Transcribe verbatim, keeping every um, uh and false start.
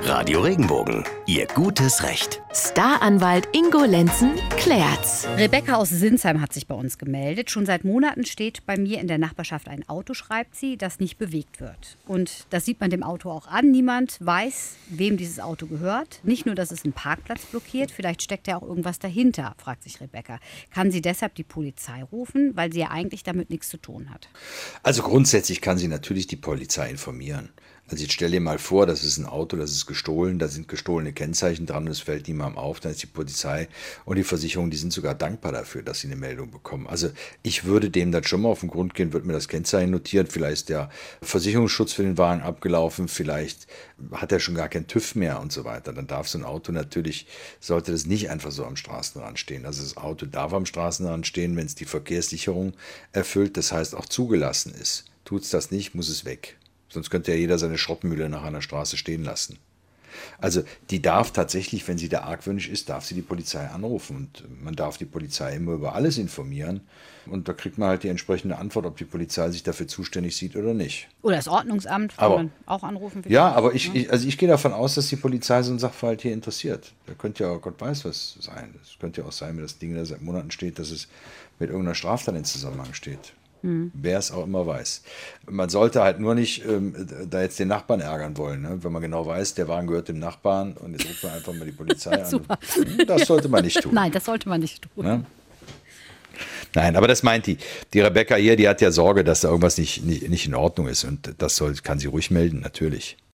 Radio Regenbogen, Ihr gutes Recht. Staranwalt Ingo Lenzen klärt's. Rebecca aus Sinsheim hat sich bei uns gemeldet. Schon seit Monaten steht bei mir in der Nachbarschaft ein Auto, schreibt sie, das nicht bewegt wird. Und das sieht man dem Auto auch an. Niemand weiß, wem dieses Auto gehört. Nicht nur, dass es einen Parkplatz blockiert, vielleicht steckt ja auch irgendwas dahinter, fragt sich Rebecca. Kann sie deshalb die Polizei rufen, weil sie ja eigentlich damit nichts zu tun hat? Also grundsätzlich kann sie natürlich die Polizei informieren. Also jetzt stell dir mal vor, das ist ein Auto, das ist gestohlen, da sind gestohlene Kennzeichen dran und es fällt niemandem auf, dann ist die Polizei und die Versicherung, die sind sogar dankbar dafür, dass sie eine Meldung bekommen. Also ich würde dem dann schon mal auf den Grund gehen, würde mir das Kennzeichen notieren, vielleicht ist der Versicherungsschutz für den Wagen abgelaufen, vielleicht hat er schon gar keinen TÜV mehr und so weiter. Dann darf so ein Auto natürlich, sollte das nicht einfach so am Straßenrand stehen. Also das Auto darf am Straßenrand stehen, wenn es die Verkehrssicherung erfüllt, das heißt auch zugelassen ist. Tut es das nicht, muss es weg. Sonst könnte ja jeder seine Schrottmühle nach einer Straße stehen lassen. Also die darf tatsächlich, wenn sie da argwöhnisch ist, darf sie die Polizei anrufen. Und man darf die Polizei immer über alles informieren. Und da kriegt man halt die entsprechende Antwort, ob die Polizei sich dafür zuständig sieht oder nicht. Oder das Ordnungsamt, kann aber, man auch anrufen. Ja, aber ich, ich, also ich gehe davon aus, dass die Polizei so einen Sachverhalt hier interessiert. Da könnte ja, Gott weiß was sein. Es könnte ja auch sein, wenn das Ding da seit Monaten steht, dass es mit irgendeiner Straftat in Zusammenhang steht. Hm. Wer es auch immer weiß. Man sollte halt nur nicht ähm, da jetzt den Nachbarn ärgern wollen. Ne? Wenn man genau weiß, der Wagen gehört dem Nachbarn und jetzt ruft man einfach mal die Polizei an. Das sollte man nicht tun. Nein, das sollte man nicht tun. Ne? Nein, aber das meint die. Die Rebecca hier, die hat ja Sorge, dass da irgendwas nicht, nicht, nicht in Ordnung ist. Und das soll, kann sie ruhig melden, natürlich.